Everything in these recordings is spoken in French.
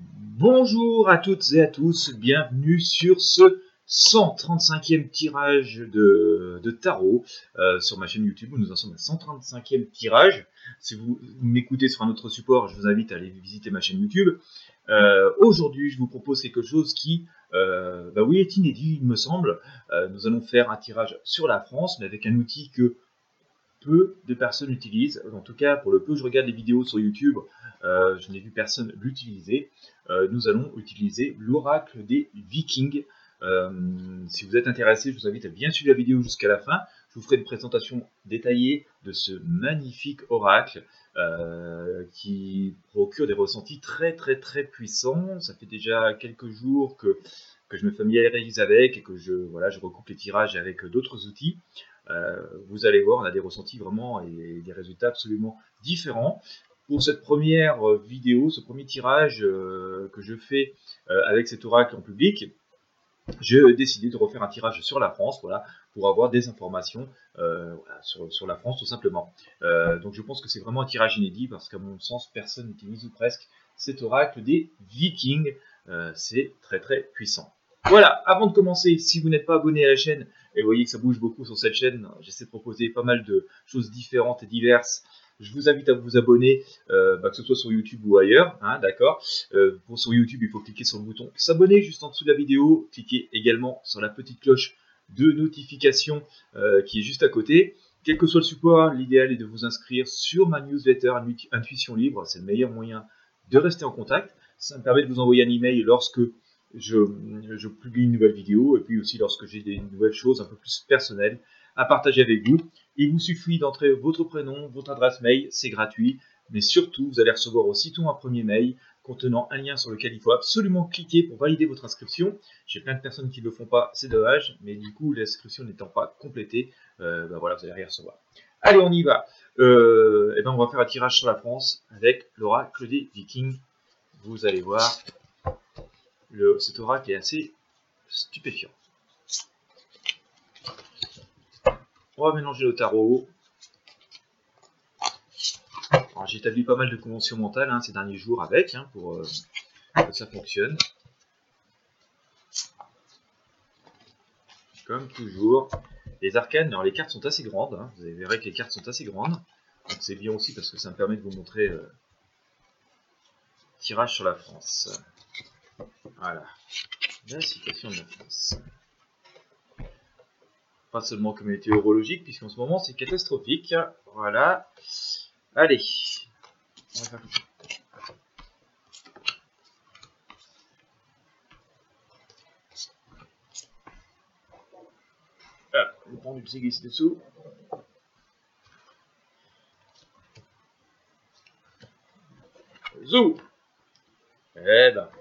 Bonjour à toutes et à tous, bienvenue sur ce 135e tirage de tarot sur ma chaîne YouTube. Nous en sommes à 135e tirage. Si vous m'écoutez sur un autre support, je vous invite à aller visiter ma chaîne YouTube. Aujourd'hui, je vous propose quelque chose qui est inédit, il me semble. Nous allons faire un tirage sur la France, mais avec un outil que peu de personnes utilisent. En tout cas, pour le peu que je regarde les vidéos sur YouTube, je n'ai vu personne l'utiliser. Nous allons utiliser l'oracle des Vikings. Si vous êtes intéressé, je vous invite à bien suivre la vidéo jusqu'à la fin. Je vous ferai une présentation détaillée de ce magnifique oracle qui procure des ressentis très puissants. Ça fait déjà quelques jours que je me familiarise avec et que je recoupe les tirages avec d'autres outils. Vous allez voir, on a des ressentis vraiment et des résultats absolument différents. Pour cette première vidéo, ce premier tirage que je fais avec cet oracle en public, j'ai décidé de refaire un tirage sur la France, voilà, pour avoir des informations sur la France tout simplement. Donc je pense que c'est vraiment un tirage inédit parce qu'à mon sens, personne n'utilise ou presque cet oracle des Vikings. C'est très puissant. Voilà, avant de commencer, si vous n'êtes pas abonné à la chaîne, et vous voyez que ça bouge beaucoup sur cette chaîne, j'essaie de proposer pas mal de choses différentes et diverses. Je vous invite à vous abonner, que ce soit sur YouTube ou ailleurs, hein, d'accord. Sur YouTube, il faut cliquer sur le bouton s'abonner juste en dessous de la vidéo. Cliquez également sur la petite cloche de notification qui est juste à côté. Quel que soit le support, l'idéal est de vous inscrire sur ma newsletter Intuition Libre. C'est le meilleur moyen de rester en contact. Ça me permet de vous envoyer un email lorsque je publie une nouvelle vidéo et puis aussi lorsque j'ai des nouvelles choses un peu plus personnelles à partager avec vous. Il vous suffit d'entrer votre prénom, votre adresse mail, c'est gratuit, mais surtout vous allez recevoir aussitôt un premier mail contenant un lien sur lequel il faut absolument cliquer pour valider votre inscription. J'ai plein de personnes qui ne le font pas, c'est dommage, mais du coup l'inscription n'étant pas complétée, voilà, vous allez rien recevoir. Allez, on y va. On va faire un tirage sur la France avec l'oracle des Vikings. Vous allez voir. Cet oracle est assez stupéfiant. On va mélanger le tarot. J'ai établi pas mal de conventions mentales ces derniers jours avec, pour que ça fonctionne. Comme toujours, les arcanes, alors les cartes sont assez grandes, vous verrez que les cartes sont assez grandes. Donc c'est bien aussi parce que ça me permet de vous montrer tirage sur la France. Voilà, la situation de la France. Pas seulement comme météorologique, puisqu'en ce moment c'est catastrophique. Voilà. Allez. On va faire comme ça. Ah, le pendu s'est glissé dessous. Zou. Eh ben.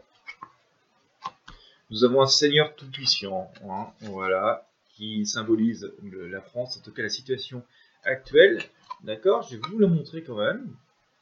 Nous avons un seigneur tout-puissant, voilà, qui symbolise la France, en tout cas la situation actuelle. D'accord, je vais vous le montrer quand même.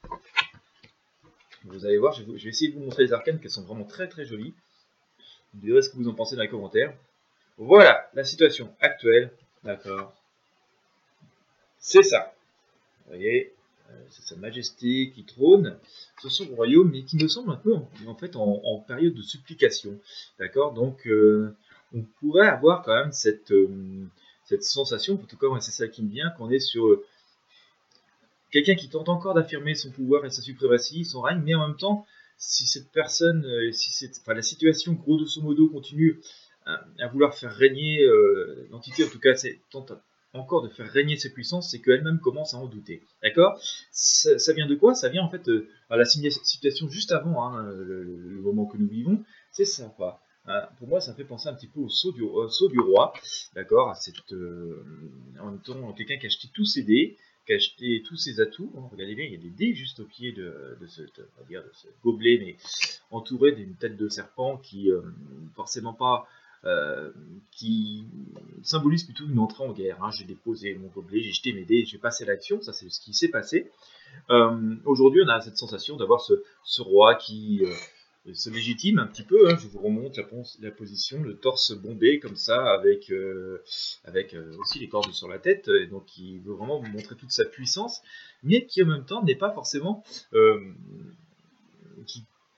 Vous allez voir, je vais essayer de vous montrer les arcanes qui sont vraiment très jolies. Vous direz ce que vous en pensez dans les commentaires. Voilà, la situation actuelle, d'accord. C'est ça. Vous voyez, c'est sa majesté qui trône sur son royaume, mais qui me semble un peu en fait en période de supplication. D'accord, donc on pourrait avoir quand même cette sensation, en tout cas c'est ça qui me vient, qu'on est sur quelqu'un qui tente encore d'affirmer son pouvoir et sa suprématie, son règne, mais en même temps, si cette personne, la situation grosso modo continue à vouloir faire régner l'entité, en tout cas tente encore de faire régner ses puissances, c'est qu'elle-même commence à en douter. D'accord, ça vient de quoi? Ça vient en fait à la situation juste avant le moment que nous vivons. C'est ça, quoi. Pour moi, ça fait penser un petit peu au saut du roi. D'accord, c'est en même temps quelqu'un qui a acheté tous ses dés, qui a acheté tous ses atouts. Regardez bien, il y a des dés juste au pied de ce gobelet, mais entouré d'une tête de serpent qui forcément pas. Qui symbolise plutôt une entrée en guerre. J'ai déposé mon gobelet, j'ai jeté mes dés, j'ai passé l'action, ça c'est ce qui s'est passé. Aujourd'hui, on a cette sensation d'avoir ce roi qui se légitime un petit peu. Je vous remonte la position, le torse bombé comme ça, avec aussi les cordes sur la tête, et donc il veut vraiment vous montrer toute sa puissance, mais qui en même temps n'est pas forcément qui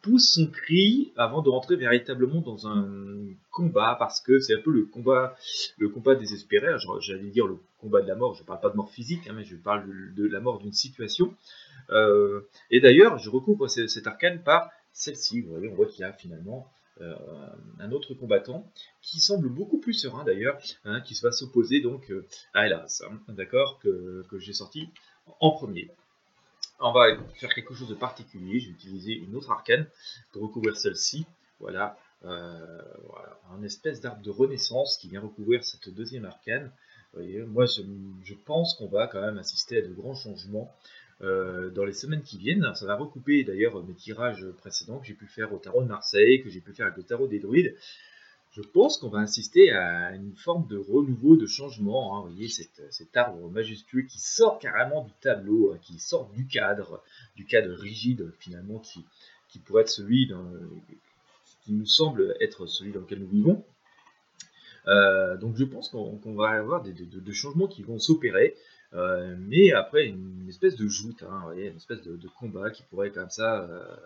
pousse son cri avant de rentrer véritablement dans un combat, parce que c'est un peu le combat désespéré. J'allais dire le combat de la mort. Je ne parle pas de mort physique, hein, mais je parle de la mort d'une situation. Et d'ailleurs, je recouvre cet arcane par celle-ci. Vous voyez, on voit qu'il y a finalement un autre combattant qui semble beaucoup plus serein d'ailleurs, hein, qui va s'opposer donc à Hélas, hein, d'accord, que j'ai sorti en premier. On va faire quelque chose de particulier. Je vais utiliser une autre arcane pour recouvrir celle-ci. Voilà, voilà, un espèce d'arbre de renaissance qui vient recouvrir cette deuxième arcane. Vous voyez, moi, je pense qu'on va quand même assister à de grands changements dans les semaines qui viennent. Ça va recouper d'ailleurs mes tirages précédents que j'ai pu faire au tarot de Marseille, que j'ai pu faire avec le tarot des druides. Je pense qu'on va assister à une forme de renouveau, de changement. Hein. Vous voyez cet arbre majestueux qui sort carrément du tableau, hein, qui sort du cadre rigide finalement, qui pourrait être celui qui nous semble être celui dans lequel nous vivons. Donc je pense qu'on va avoir de changements qui vont s'opérer, mais après une espèce de joute, hein, vous voyez, une espèce de combat qui pourrait comme ça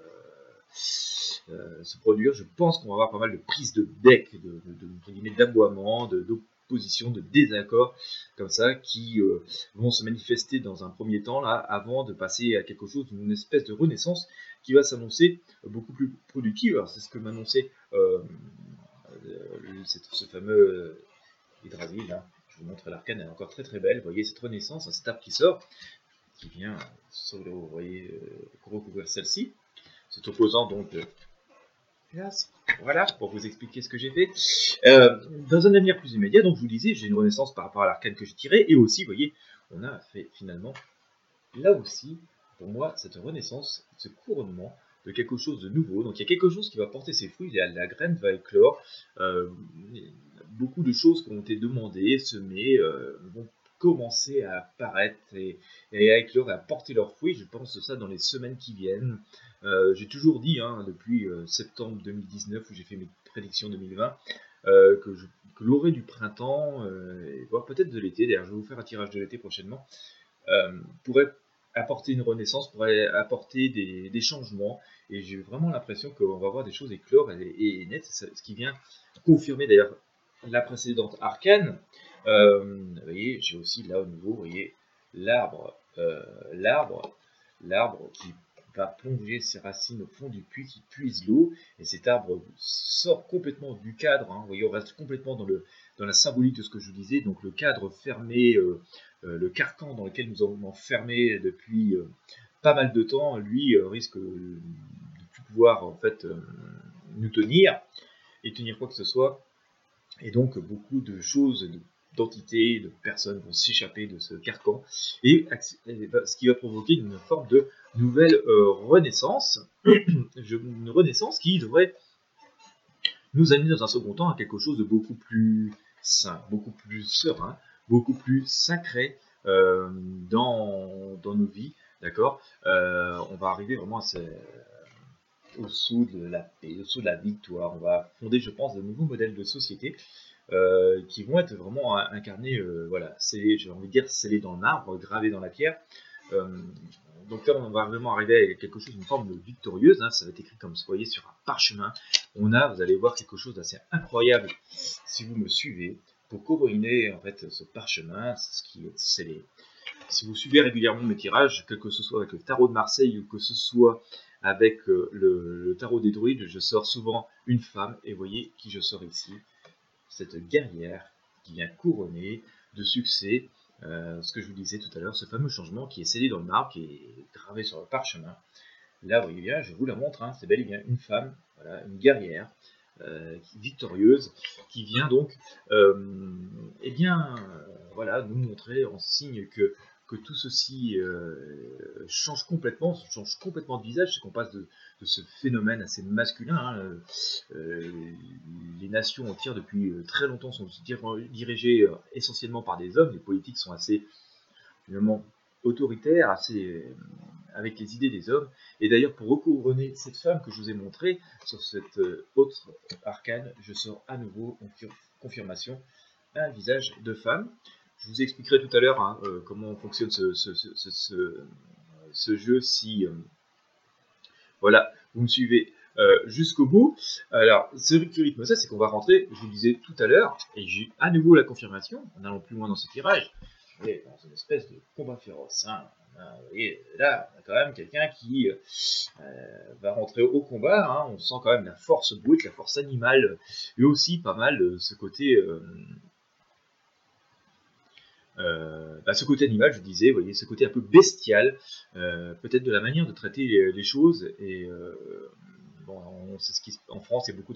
se produire. Je pense qu'on va avoir pas mal de prises de deck, d'aboiements, d'opposition, de désaccords, comme ça, qui vont se manifester dans un premier temps, là, avant de passer à quelque chose, d'une espèce de renaissance qui va s'annoncer beaucoup plus productive. Alors c'est ce que m'annonçait ce fameux Hydrasil, là. Je vous montre l'arcane, elle est encore très très belle. Vous voyez cette renaissance, cet arbre qui sort, qui vient, vous voyez, recouvrir celle-ci. C'est opposant donc voilà, pour vous expliquer ce que j'ai fait. Dans un avenir plus immédiat, donc je vous disais, j'ai une renaissance par rapport à l'arcane que j'ai tiré, et aussi, vous voyez, on a fait finalement, là aussi, pour moi, cette renaissance, ce couronnement de quelque chose de nouveau. Donc il y a quelque chose qui va porter ses fruits, la graine va éclore, beaucoup de choses qui ont été demandées, semées, vont commencer à apparaître et à éclore et à porter leurs fruits. Je pense ça dans les semaines qui viennent. J'ai toujours dit, hein, depuis septembre 2019, où j'ai fait mes prédictions 2020, que l'orée du printemps, voire peut-être de l'été, d'ailleurs je vais vous faire un tirage de l'été prochainement, pourrait apporter une renaissance, pourrait apporter des changements, et j'ai vraiment l'impression qu'on va voir des choses éclore et nettes, ce qui vient confirmer d'ailleurs la précédente arcane. Vous voyez, j'ai aussi là au niveau, vous voyez, l'arbre qui va plonger ses racines au fond du puits, qui puise l'eau, et cet arbre sort complètement du cadre, hein. Vous voyez, on reste complètement dans la symbolique de ce que je vous disais, donc le cadre fermé, le carcan dans lequel nous avons enfermé depuis pas mal de temps, lui risque de ne plus pouvoir en fait nous tenir et tenir quoi que ce soit, et donc beaucoup de choses, d'entités, de personnes vont s'échapper de ce carcan, et ce qui va provoquer une forme de nouvelle renaissance, une renaissance qui devrait nous amener dans un second temps à quelque chose de beaucoup plus sain, beaucoup plus serein, beaucoup plus sacré dans nos vies, d'accord. On va arriver vraiment au-dessous de la paix, au-dessous de la victoire. On va fonder, je pense, de nouveaux modèles de société qui vont être vraiment incarnés, voilà, scellés, j'ai envie de dire scellés dans le marbre, gravés dans la pierre. Donc là, on va vraiment arriver à quelque chose, une forme de victorieuse, hein. Ça va être écrit comme vous voyez sur un parchemin. Vous allez voir quelque chose d'assez incroyable si vous me suivez pour couronner en fait ce parchemin, ce qui est scellé. Si vous suivez régulièrement mes tirages, quel que ce soit avec le tarot de Marseille ou que ce soit avec le tarot des druides, je sors souvent une femme, et vous voyez qui je sors ici, cette guerrière qui vient couronner de succès ce que je vous disais tout à l'heure, ce fameux changement qui est scellé dans le marbre, qui est gravé sur le parchemin. Là, vous voyez bien, je vous la montre, hein, c'est bel et bien une femme, voilà, une guerrière victorieuse, qui vient donc voilà, nous montrer en signe que tout ceci change complètement de visage, c'est qu'on passe de ce phénomène assez masculin, hein, les nations entières depuis très longtemps sont dirigées essentiellement par des hommes, les politiques sont assez finalement autoritaires, assez avec les idées des hommes, et d'ailleurs pour recouronner cette femme que je vous ai montrée sur cette autre arcane, je sors à nouveau en confirmation un visage de femme. Je vous expliquerai tout à l'heure hein, comment fonctionne ce jeu si voilà, vous me suivez jusqu'au bout. Alors, ce qui rythme ça, c'est qu'on va rentrer, je vous le disais tout à l'heure, et j'ai à nouveau la confirmation, en allant plus loin dans ce tirage, et dans une espèce de combat féroce. Hein. Vous voyez, là, on a quand même quelqu'un qui va rentrer au combat. Hein. On sent quand même la force brute, la force animale, et aussi pas mal ce côté... ce côté animal, je disais, vous voyez, ce côté un peu bestial, peut-être de la manière de traiter les choses. Et bon, on sait ce qui en France, il y a beaucoup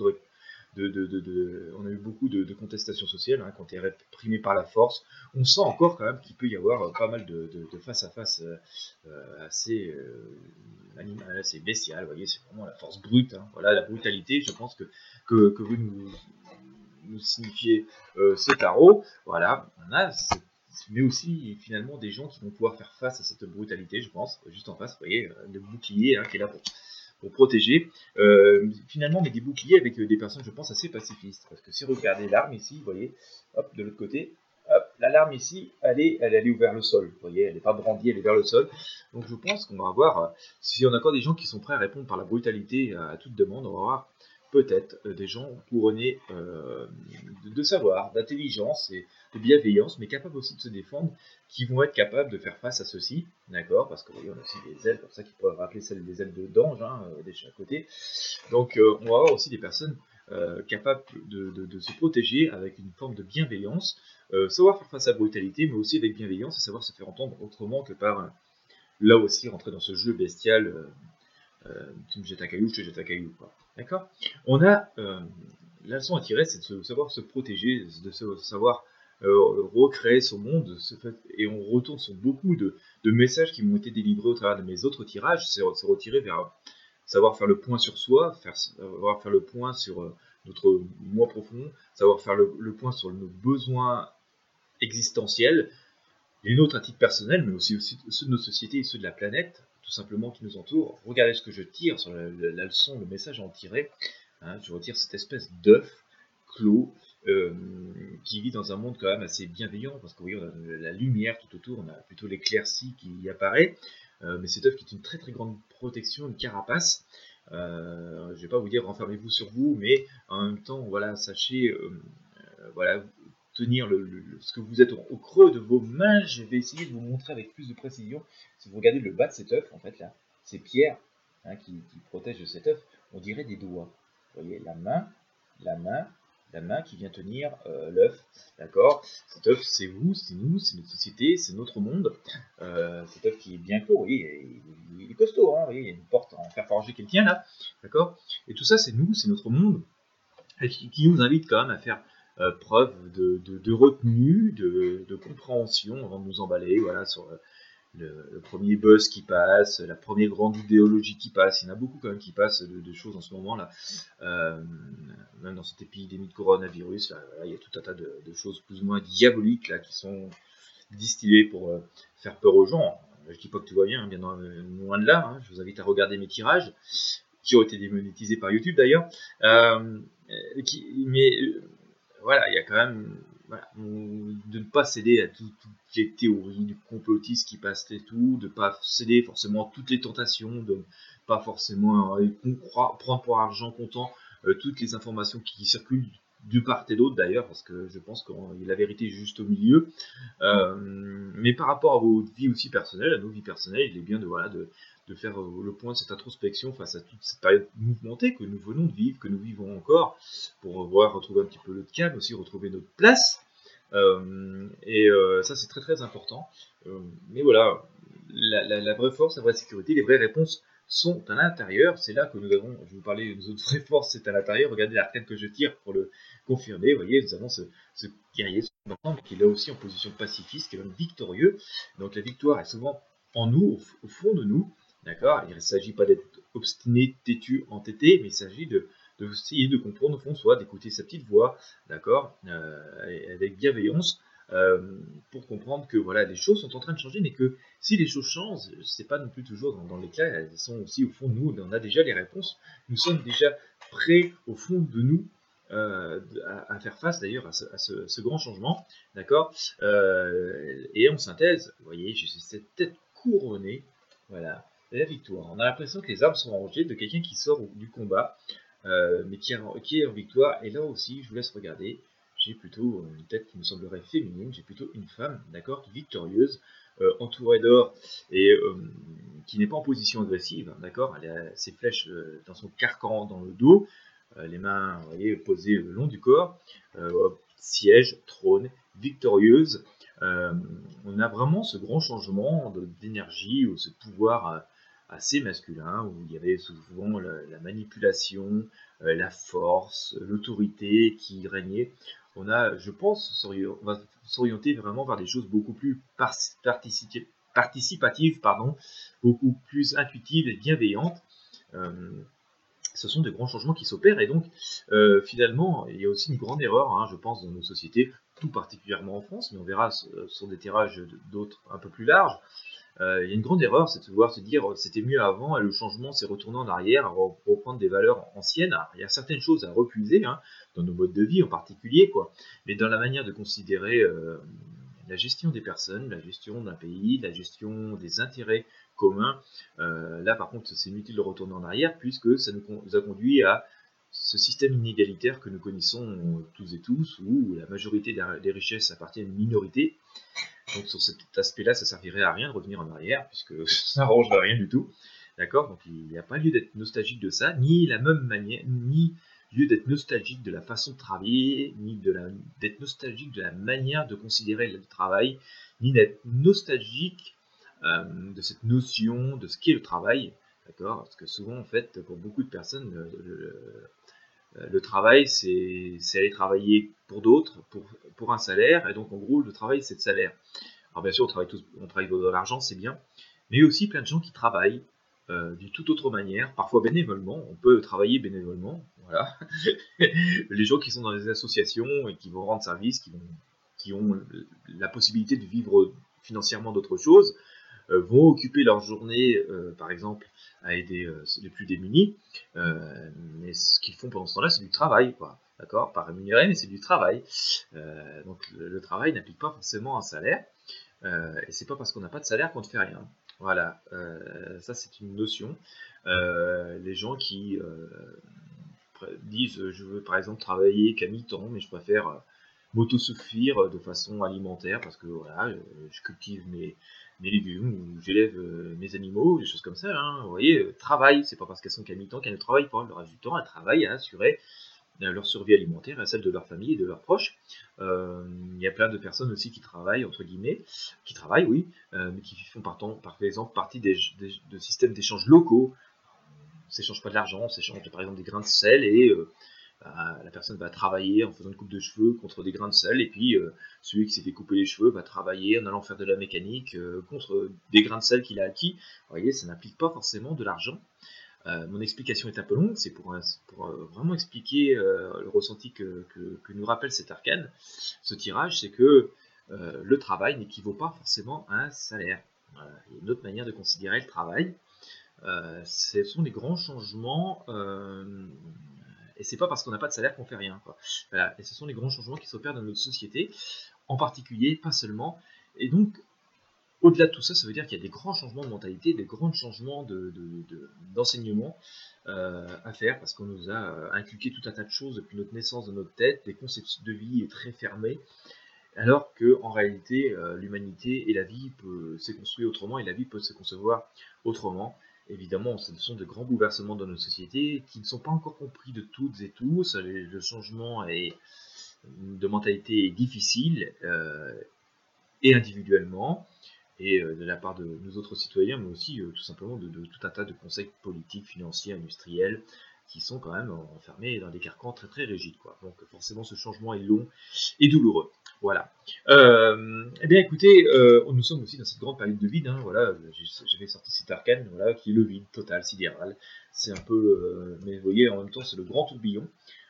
on a eu beaucoup de contestations sociales hein, quand on est réprimé par la force. On sent encore quand même qu'il peut y avoir pas mal de face à face assez animal, assez bestial. Vous voyez, c'est vraiment la force brute. Hein, voilà, la brutalité. Je pense que vous nous signifiez ce tarot. Voilà, on a mais aussi finalement des gens qui vont pouvoir faire face à cette brutalité, je pense, juste en face, vous voyez, le bouclier hein, qui est là pour protéger, finalement, mais des boucliers avec des personnes, je pense, assez pacifistes, parce que si vous regardez l'arme ici, vous voyez, hop, de l'autre côté, hop, la larme ici, elle est vers le sol, vous voyez, elle n'est pas brandie, elle est vers le sol, donc je pense qu'on va avoir, si on a encore des gens qui sont prêts à répondre par la brutalité à toute demande, on va avoir peut-être des gens couronnés de savoir, d'intelligence et de bienveillance, mais capables aussi de se défendre, qui vont être capables de faire face à ceci, d'accord, parce que vous voyez, on a aussi des ailes comme ça qui pourraient rappeler celles des ailes d'ange, hein, des chaque côté. Donc on va avoir aussi des personnes capables de se protéger avec une forme de bienveillance, savoir faire face à la brutalité, mais aussi avec bienveillance et savoir se faire entendre autrement que par, là aussi, rentrer dans ce jeu bestial. Tu me jettes un caillou, je te jette un caillou. D'accord. On a la leçon à tirer, c'est de savoir se protéger, de savoir recréer son monde, et on retourne sur beaucoup de messages qui m'ont été délivrés au travers de mes autres tirages, c'est retirer vers savoir faire le point sur soi, savoir faire le point sur notre moi profond, savoir faire le point sur nos besoins existentiels, les nôtres à titre personnel, mais aussi ceux de nos sociétés et ceux de la planète, tout simplement, qui nous entourent. Regardez ce que je tire sur la leçon, le message à en tirer. Hein, je retire cette espèce d'œuf clos qui vit dans un monde quand même assez bienveillant, parce que vous voyez, on a la lumière tout autour, on a plutôt l'éclaircie qui y apparaît, mais cet œuf qui est une très très grande protection, une carapace. Je ne vais pas vous dire renfermez-vous sur vous, mais en même temps, voilà, sachez, voilà, tenir ce que vous êtes au creux de vos mains. Je vais essayer de vous montrer avec plus de précision. Si vous regardez le bas de cet œuf, en fait, là, ces pierres hein, qui protègent cet œuf, on dirait des doigts. Vous voyez, la main qui vient tenir l'œuf, d'accord. Cet œuf, c'est vous, c'est nous, c'est notre société, c'est notre monde. Cet œuf qui est bien clos, vous voyez, il est costaud, hein, vous voyez, il y a une porte en fer forgé qui le tient là, d'accord. Et tout ça, c'est nous, c'est notre monde, et qui nous invite quand même à faire preuve de retenue, de compréhension avant de nous emballer, voilà, sur le premier buzz qui passe, la première grande idéologie qui passe. Il y en a beaucoup quand même qui passent de choses en ce moment là, même dans cette épidémie de coronavirus, là, voilà, il y a tout un tas de choses plus ou moins diaboliques là qui sont distillées pour faire peur aux gens. Je dis pas que tout va bien, bien loin de là. Hein. Je vous invite à regarder mes tirages qui ont été démonétisés par YouTube d'ailleurs, mais voilà, il y a quand même voilà, de ne pas céder à toutes les théories du complotisme qui passent et tout, de ne pas céder forcément à toutes les tentations, de ne pas forcément prendre pour argent comptant toutes les informations qui circulent de part et d'autre d'ailleurs, parce que je pense que la vérité est juste au milieu. Mais par rapport à vos vies aussi personnelles, à nos vies personnelles, il est bien de faire le point de cette introspection face à toute cette période mouvementée que nous venons de vivre, que nous vivons encore, pour voir retrouver un petit peu le calme, aussi retrouver notre place. Ça c'est très très important. Mais voilà, la vraie force, la vraie sécurité, les vraies réponses sont à l'intérieur. C'est là que nous avons, je vais vous parler de notre vraie force, c'est à l'intérieur. Regardez l'arcane que je tire pour le confirmer. Vous voyez, nous avons ce guerrier qui est là aussi en position pacifiste, qui est même victorieux. Donc la victoire est souvent en nous, au fond de nous. D'accord. Il ne s'agit pas d'être obstiné, têtu, entêté, mais il s'agit essayer de comprendre au fond de soi, d'écouter sa petite voix, d'accord, avec bienveillance, pour comprendre que voilà, les choses sont en train de changer, mais que si les choses changent, c'est pas non plus toujours dans l'éclat, elles sont aussi au fond de nous, on a déjà les réponses, nous sommes déjà prêts au fond de nous à faire face d'ailleurs à ce grand changement, d'accord, et en synthèse, vous voyez, j'ai cette tête couronnée, voilà, la victoire. On a l'impression que les armes sont rangées de quelqu'un qui sort du combat, mais qui est en victoire. Et là aussi, je vous laisse regarder. J'ai plutôt une tête qui me semblerait féminine. J'ai plutôt une femme, d'accord, qui est victorieuse, entourée d'or et qui n'est pas en position agressive, d'accord. Elle a ses flèches dans son carcan dans le dos, les mains, vous voyez, posées le long du corps, siège, trône, victorieuse. On a vraiment ce grand changement d'énergie ou ce pouvoir assez masculin où il y avait souvent la manipulation, la force, l'autorité qui régnait. On a, je pense, on va s'orienter vraiment vers des choses beaucoup plus participatives, pardon, beaucoup plus intuitives et bienveillantes. Ce sont des grands changements qui s'opèrent et donc finalement il y a aussi une grande erreur, hein, je pense, dans nos sociétés, tout particulièrement en France, mais on verra sur des tirages d'autres un peu plus larges. Il y a une grande erreur, c'est de pouvoir se dire c'était mieux avant et le changement s'est retourné en arrière, à reprendre des valeurs anciennes. Alors, il y a certaines choses à refuser, hein, dans nos modes de vie en particulier, quoi, mais dans la manière de considérer la gestion des personnes, la gestion d'un pays, la gestion des intérêts communs. Là, par contre, c'est inutile de retourner en arrière puisque ça nous a conduit à ce système inégalitaire que nous connaissons tous et tous, où la majorité des richesses appartient à une minorité. Donc sur cet aspect-là, ça servirait à rien de revenir en arrière, puisque ça n'arrangerait rien du tout. D'accord. Donc il n'y a pas lieu d'être nostalgique de ça, ni la même manière, ni lieu d'être nostalgique de la façon de travailler, ni d'être nostalgique de la manière de considérer le travail, ni d'être nostalgique de cette notion de ce qu'est le travail. D'accord. Parce que souvent, en fait, pour beaucoup de personnes, le travail, c'est aller travailler pour d'autres, pour un salaire, et donc en gros, le travail, c'est le salaire. Alors bien sûr, on travaille pour de l'argent, c'est bien, mais aussi plein de gens qui travaillent d'une toute autre manière, parfois bénévolement. On peut travailler bénévolement, voilà. Les gens qui sont dans des associations et qui vont rendre service, qui ont la possibilité de vivre financièrement d'autres choses, vont occuper leur journée, par exemple, à aider les plus démunis, mais ce qu'ils font pendant ce temps-là, c'est du travail, quoi. D'accord, pas rémunéré, mais c'est du travail. Donc le travail n'implique pas forcément un salaire, et c'est pas parce qu'on n'a pas de salaire qu'on ne fait rien. Voilà, ça c'est une notion. Les gens qui disent je veux par exemple travailler qu'à mi-temps, mais je préfère m'autosuffire de façon alimentaire parce que voilà, je cultive mes légumes ou j'élève mes animaux, des choses comme ça. Hein. Vous voyez, travail, c'est pas parce qu'elles sont qu'à mi-temps qu'elles ne travaillent pas. Le reste du temps, elles travaillent à assurer leur survie alimentaire et celle de leur famille et de leurs proches. Il y a plein de personnes aussi qui travaillent, entre guillemets, qui travaillent, oui, mais qui font par exemple partie de systèmes d'échanges locaux. On s'échange pas de l'argent, on s'échange par exemple des grains de sel et la personne va travailler en faisant une coupe de cheveux contre des grains de sel et puis celui qui s'est fait couper les cheveux va travailler en allant faire de la mécanique contre des grains de sel qu'il a acquis. Vous voyez, ça n'implique pas forcément de l'argent. Mon explication est un peu longue, c'est pour vraiment expliquer le ressenti que nous rappelle cet arcane, ce tirage, c'est que le travail n'équivaut pas forcément à un salaire. Voilà. Il y a une autre manière de considérer le travail. Ce sont des grands changements, et c'est pas parce qu'on n'a pas de salaire qu'on fait rien, quoi. Voilà. Et ce sont les grands changements qui s'opèrent dans notre société, en particulier, pas seulement. Et donc, au-delà de tout ça, ça veut dire qu'il y a des grands changements de mentalité, des grands changements d'enseignement à faire, parce qu'on nous a inculqué tout un tas de choses depuis notre naissance dans notre tête, des concepts de vie très fermés, alors qu'en réalité, l'humanité et la vie peut se construire autrement, et la vie peut se concevoir autrement. Évidemment, ce sont de grands bouleversements dans nos sociétés qui ne sont pas encore compris de toutes et tous. Le changement de mentalité est difficile, et individuellement, et de la part de nos autres citoyens, mais aussi tout simplement de tout un tas de conseils politiques, financiers, industriels, qui sont quand même enfermés dans des carcans très très rigides, quoi. Donc forcément ce changement est long et douloureux. Voilà. Eh bien écoutez, nous sommes aussi dans cette grande période de vide, hein, voilà, j'avais sorti cet arcane, voilà, qui est le vide total, sidéral. C'est un peu, mais vous voyez, en même temps c'est le grand tourbillon.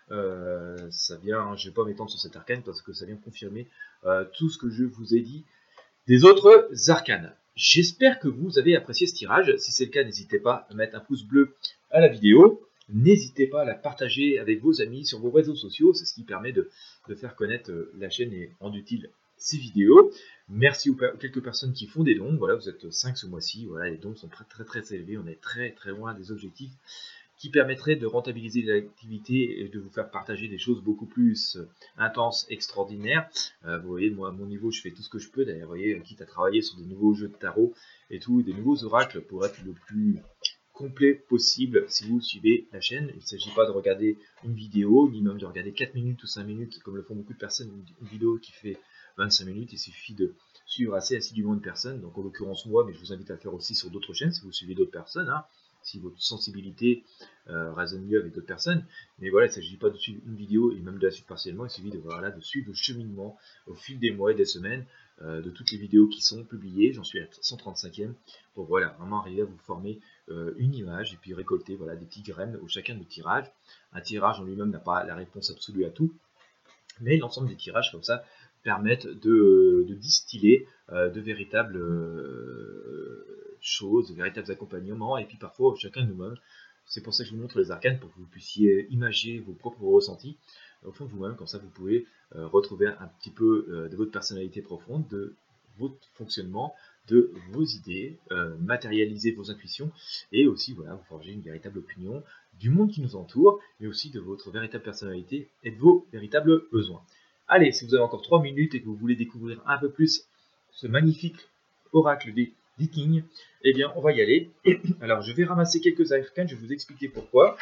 Ça vient, je ne vais pas m'étendre sur cet arcane parce que ça vient confirmer tout ce que je vous ai dit des autres arcanes. J'espère que vous avez apprécié ce tirage. Si c'est le cas, n'hésitez pas à mettre un pouce bleu à la vidéo. N'hésitez pas à la partager avec vos amis sur vos réseaux sociaux. C'est ce qui permet de faire connaître la chaîne et rendre utile ces vidéos. Merci aux quelques personnes qui font des dons. Voilà, vous êtes 5 ce mois-ci. Voilà, les dons sont très élevés. On est très loin des objectifs qui permettrait de rentabiliser l'activité et de vous faire partager des choses beaucoup plus intenses, extraordinaires. Vous voyez, moi, à mon niveau, je fais tout ce que je peux. D'ailleurs, vous voyez, quitte à travailler sur des nouveaux jeux de tarot et tout, des nouveaux oracles pour être le plus complet possible si vous suivez la chaîne. Il ne s'agit pas de regarder une vidéo, ni même de regarder 4 minutes ou 5 minutes, comme le font beaucoup de personnes, une vidéo qui fait 25 minutes. Il suffit de suivre assez assidûment une personne, donc en l'occurrence moi, mais je vous invite à le faire aussi sur d'autres chaînes si vous suivez d'autres personnes, hein, si votre sensibilité résonne mieux avec d'autres personnes. Mais voilà, il ne s'agit pas de suivre une vidéo et même de la suivre partiellement, il suffit de, voilà, de suivre le cheminement au fil des mois et des semaines de toutes les vidéos qui sont publiées. J'en suis à 135e pour voilà, vraiment arriver à vous former une image et puis récolter voilà, des petits graines au chacun des tirages. Un tirage en lui-même n'a pas la réponse absolue à tout, mais l'ensemble des tirages comme ça permettent de distiller de véritables choses, de véritables accompagnements, et puis parfois chacun de nous-mêmes. C'est pour ça que je vous montre les arcanes, pour que vous puissiez imaginer vos propres ressentis au fond de vous-même, comme ça vous pouvez retrouver un petit peu de votre personnalité profonde, de votre fonctionnement, de vos idées, matérialiser vos intuitions, et aussi voilà, vous forger une véritable opinion du monde qui nous entoure, mais aussi de votre véritable personnalité et de vos véritables besoins. Allez, si vous avez encore 3 minutes et que vous voulez découvrir un peu plus ce magnifique oracle des Vikings, eh bien, on va y aller. Alors, je vais ramasser quelques arcanes, je vais vous expliquer pourquoi.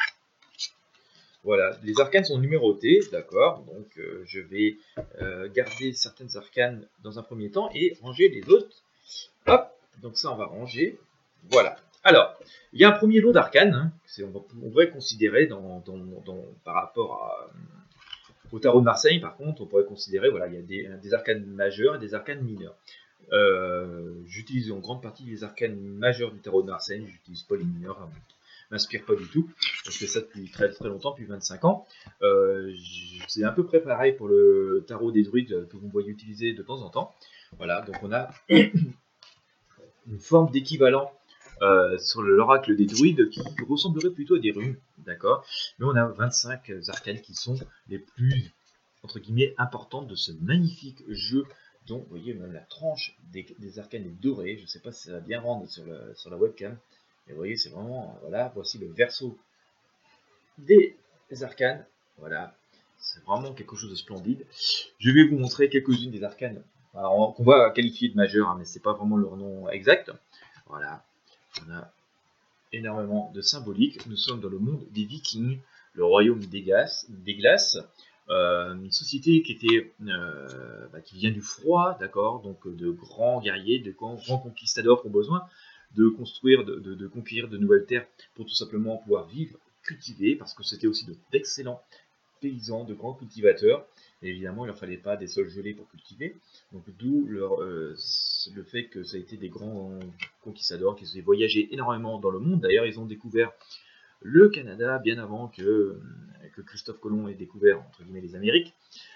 Voilà, les arcanes sont numérotées, d'accord, donc je vais garder certaines arcanes dans un premier temps et ranger les autres. Hop, donc ça, on va ranger. Voilà. Alors, il y a un premier lot d'arcanes, hein, on pourrait considérer par rapport au tarot de Marseille, par contre, on pourrait considérer, voilà, il y a des arcanes majeures et des arcanes mineures. J'utilise en grande partie les arcanes majeures du tarot de Marseille, j'utilise pas les mineurs, hein, m'inspire pas du tout. Je fais ça depuis très longtemps, depuis 25 ans. C'est un peu près pareil pour le tarot des druides que vous me voyez utiliser de temps en temps. Voilà, donc on a une forme d'équivalent sur l'oracle des druides qui ressemblerait plutôt à des runes, d'accord. Mais on a 25 arcanes qui sont les plus, entre guillemets, importantes de ce magnifique jeu dont, vous voyez, même la tranche des arcanes est dorée. Je ne sais pas si ça va bien rendre sur la webcam. Et vous voyez, c'est vraiment, voilà, voici le verso des arcanes. Voilà, c'est vraiment quelque chose de splendide. Je vais vous montrer quelques-unes des arcanes qu'on va qualifier de majeures, hein, mais c'est pas vraiment leur nom exact. Voilà, on a énormément de symbolique. Nous sommes dans le monde des Vikings, le royaume des glaces, une société qui vient du froid, d'accord, donc de grands guerriers, de grands conquistadors qui ont besoin de construire, de conquérir de nouvelles terres pour tout simplement pouvoir vivre, cultiver, parce que c'était aussi d'excellents paysans, de grands cultivateurs. Et évidemment, il ne leur fallait pas des sols gelés pour cultiver. Donc d'où le fait que ça a été des grands conquistadors qui ont voyagé énormément dans le monde. D'ailleurs, ils ont découvert le Canada bien avant que Christophe Colomb ait découvert, entre guillemets, les Amériques.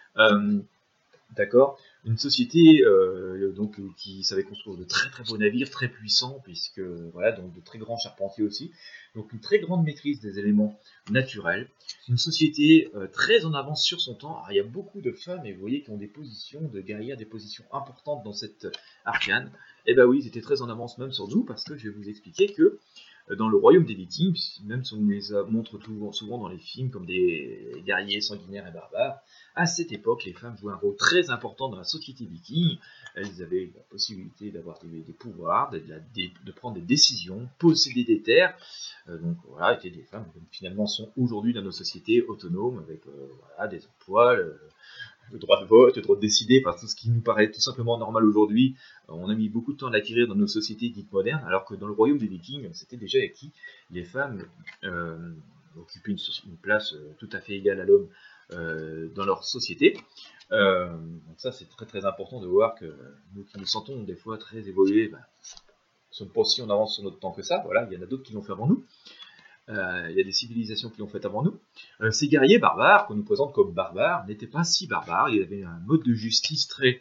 D'accord, une société donc qui savait construire de très beaux navires, très puissants, puisque voilà, donc de très grands charpentiers aussi, donc une très grande maîtrise des éléments naturels, une société très en avance sur son temps. Alors, il y a beaucoup de femmes, et vous voyez, qui ont des positions de guerrières, des positions importantes dans cette arcane. Et ben oui, ils étaient très en avance même sur nous, parce que je vais vous expliquer que dans le royaume des Vikings, même si on les montre souvent dans les films comme des guerriers sanguinaires et barbares, à cette époque, les femmes jouaient un rôle très important dans la société viking. Elles avaient la possibilité d'avoir des pouvoirs, de prendre des décisions, posséder des terres. Donc voilà, étaient des femmes qui finalement sont aujourd'hui dans nos sociétés autonomes, avec voilà, des emplois, le droit de vote, le droit de décider, enfin, tout ce qui nous paraît tout simplement normal aujourd'hui. On a mis beaucoup de temps à l'acquérir dans nos sociétés dites modernes, alors que dans le royaume des Vikings, c'était déjà acquis. Les femmes occupaient une place tout à fait égale à l'homme dans leur société. Donc ça, c'est très important de voir que nous qui nous sentons des fois très évolués, ne sommes pas si en avance sur notre temps que ça. Voilà, il y en a d'autres qui l'ont fait avant nous. Il y a des civilisations qui l'ont fait avant nous. Ces guerriers barbares, qu'on nous présente comme barbares, n'étaient pas si barbares. Ils avaient un mode de justice très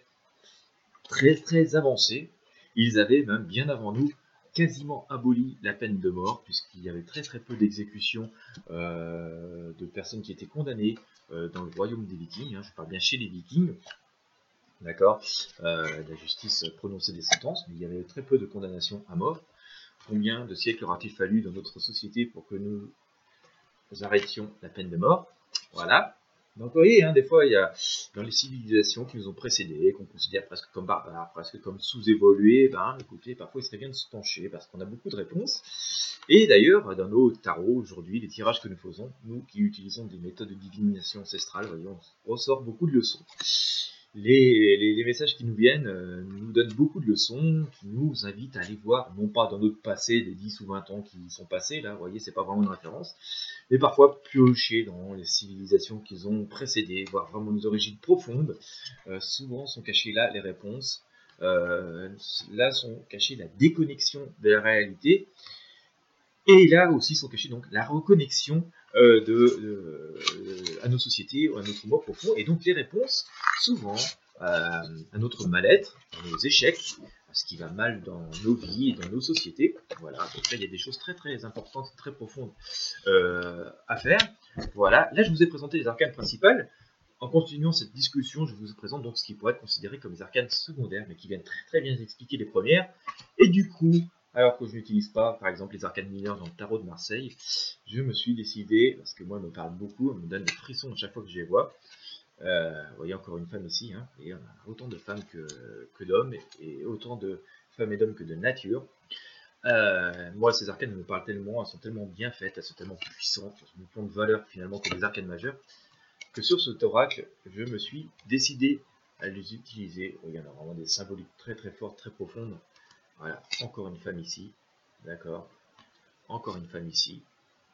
avancé. Ils avaient même, bien avant nous, quasiment aboli la peine de mort, puisqu'il y avait très peu d'exécutions de personnes qui étaient condamnées dans le royaume des Vikings. Je parle bien chez les Vikings. D'accord, la justice prononçait des sentences, mais il y avait très peu de condamnations à mort. Combien de siècles aura-t-il fallu dans notre société pour que nous arrêtions la peine de mort? Voilà. Donc vous voyez, hein, des fois, il y a dans les civilisations qui nous ont précédés, qu'on considère presque comme barbares, presque comme sous-évolués, ben écoutez, parfois il serait bien de se pencher, parce qu'on a beaucoup de réponses. Et d'ailleurs, dans nos tarots, aujourd'hui, les tirages que nous faisons, nous qui utilisons des méthodes de divination ancestrale, voyons, on ressort beaucoup de leçons. Les messages qui nous viennent nous donnent beaucoup de leçons, qui nous invitent à aller voir, non pas dans notre passé, des 10 ou 20 ans qui sont passés, là, vous voyez, c'est pas vraiment une référence, mais parfois piocher dans les civilisations qui ont précédé, voir vraiment nos origines profondes. Souvent sont cachées là les réponses, là sont cachées la déconnexion de la réalité, et là aussi sont cachées donc la reconnexion à nos sociétés, à notre moi profond, et donc les réponses, souvent, à notre mal-être, à nos échecs, à ce qui va mal dans nos vies et dans nos sociétés. Voilà, donc là il y a des choses très très importantes, très profondes à faire. Voilà, là je vous ai présenté les arcanes principales. En continuant cette discussion, je vous présente donc ce qui pourrait être considéré comme les arcanes secondaires, mais qui viennent très très bien expliquer les premières. Et du coup, alors que je n'utilise pas, par exemple, les arcanes mineures dans le tarot de Marseille, je me suis décidé, parce que moi, elles me parlent beaucoup, elles me donnent des frissons à chaque fois que je les vois. Vous voyez encore une femme ici, hein, et on a autant de femmes que d'hommes, et autant de femmes et d'hommes que de nature. Moi, ces arcanes me parlent tellement, elles sont tellement bien faites, elles sont tellement puissantes, elles ont plein de valeur finalement que des arcanes majeures, que sur cet oracle, je me suis décidé à les utiliser. Il y en a vraiment des symboliques très très fortes, très profondes. Voilà, encore une femme ici, d'accord, encore une femme ici.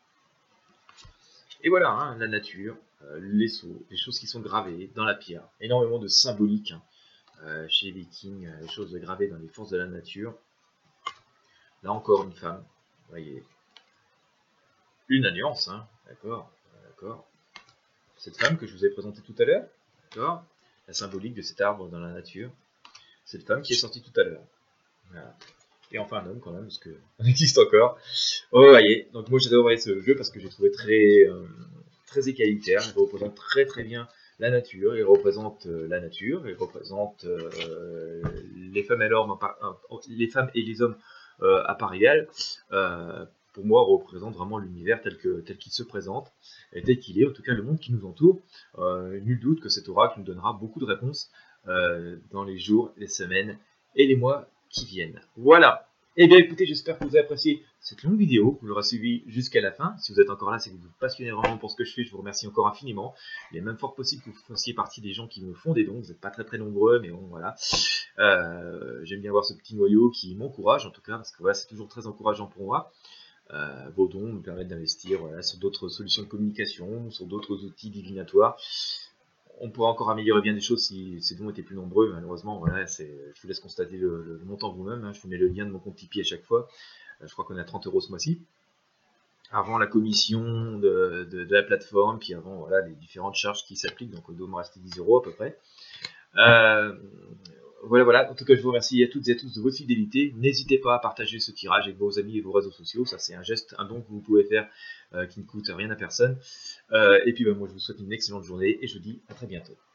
Et voilà, hein, la nature, les sceaux, les choses qui sont gravées dans la pierre, énormément de symboliques hein, chez les Vikings, les choses gravées dans les forces de la nature. Là encore une femme, vous voyez, une alliance, hein, d'accord, d'accord. Cette femme que je vous ai présentée tout à l'heure, d'accord, la symbolique de cet arbre dans la nature, cette femme qui est sortie tout à l'heure. Voilà. Et enfin un homme quand même, parce que on existe encore. Oh, vous voyez, donc moi j'adore ce jeu parce que j'ai trouvé très égalitaire. Il représente très très bien la nature, il représente la nature, il représente les femmes et l'homme, les femmes et les hommes à part égale. Pour moi, représente vraiment l'univers tel qu'il se présente et tel qu'il est, en tout cas le monde qui nous entoure. Nul doute que cet oracle nous donnera beaucoup de réponses dans les jours, les semaines et les mois qui viennent. Voilà. Eh bien écoutez, j'espère que vous avez apprécié cette longue vidéo, que vous l'aurez suivi jusqu'à la fin. Si vous êtes encore là, c'est que vous vous passionnez vraiment pour ce que je fais, je vous remercie encore infiniment. Il est même fort possible que vous fassiez partie des gens qui me font des dons, vous n'êtes pas très très nombreux, mais bon voilà. J'aime bien voir ce petit noyau qui m'encourage en tout cas, parce que voilà, c'est toujours très encourageant pour moi. Vos dons me permettent d'investir voilà, sur d'autres solutions de communication, sur d'autres outils divinatoires. On pourrait encore améliorer bien des choses si ces dons étaient plus nombreux. Malheureusement, voilà, je vous laisse constater le montant vous-même. Hein. Je vous mets le lien de mon compte Tipeee à chaque fois. Je crois qu'on est à 30 € ce mois-ci. Avant la commission de la plateforme, puis avant voilà, les différentes charges qui s'appliquent. Donc, il doit me rester 10 € à peu près. Voilà. En tout cas, je vous remercie à toutes et à tous de votre fidélité. N'hésitez pas à partager ce tirage avec vos amis et vos réseaux sociaux. Ça, c'est un geste, un don que vous pouvez faire qui ne coûte rien à personne. Et puis, moi, je vous souhaite une excellente journée et je vous dis à très bientôt.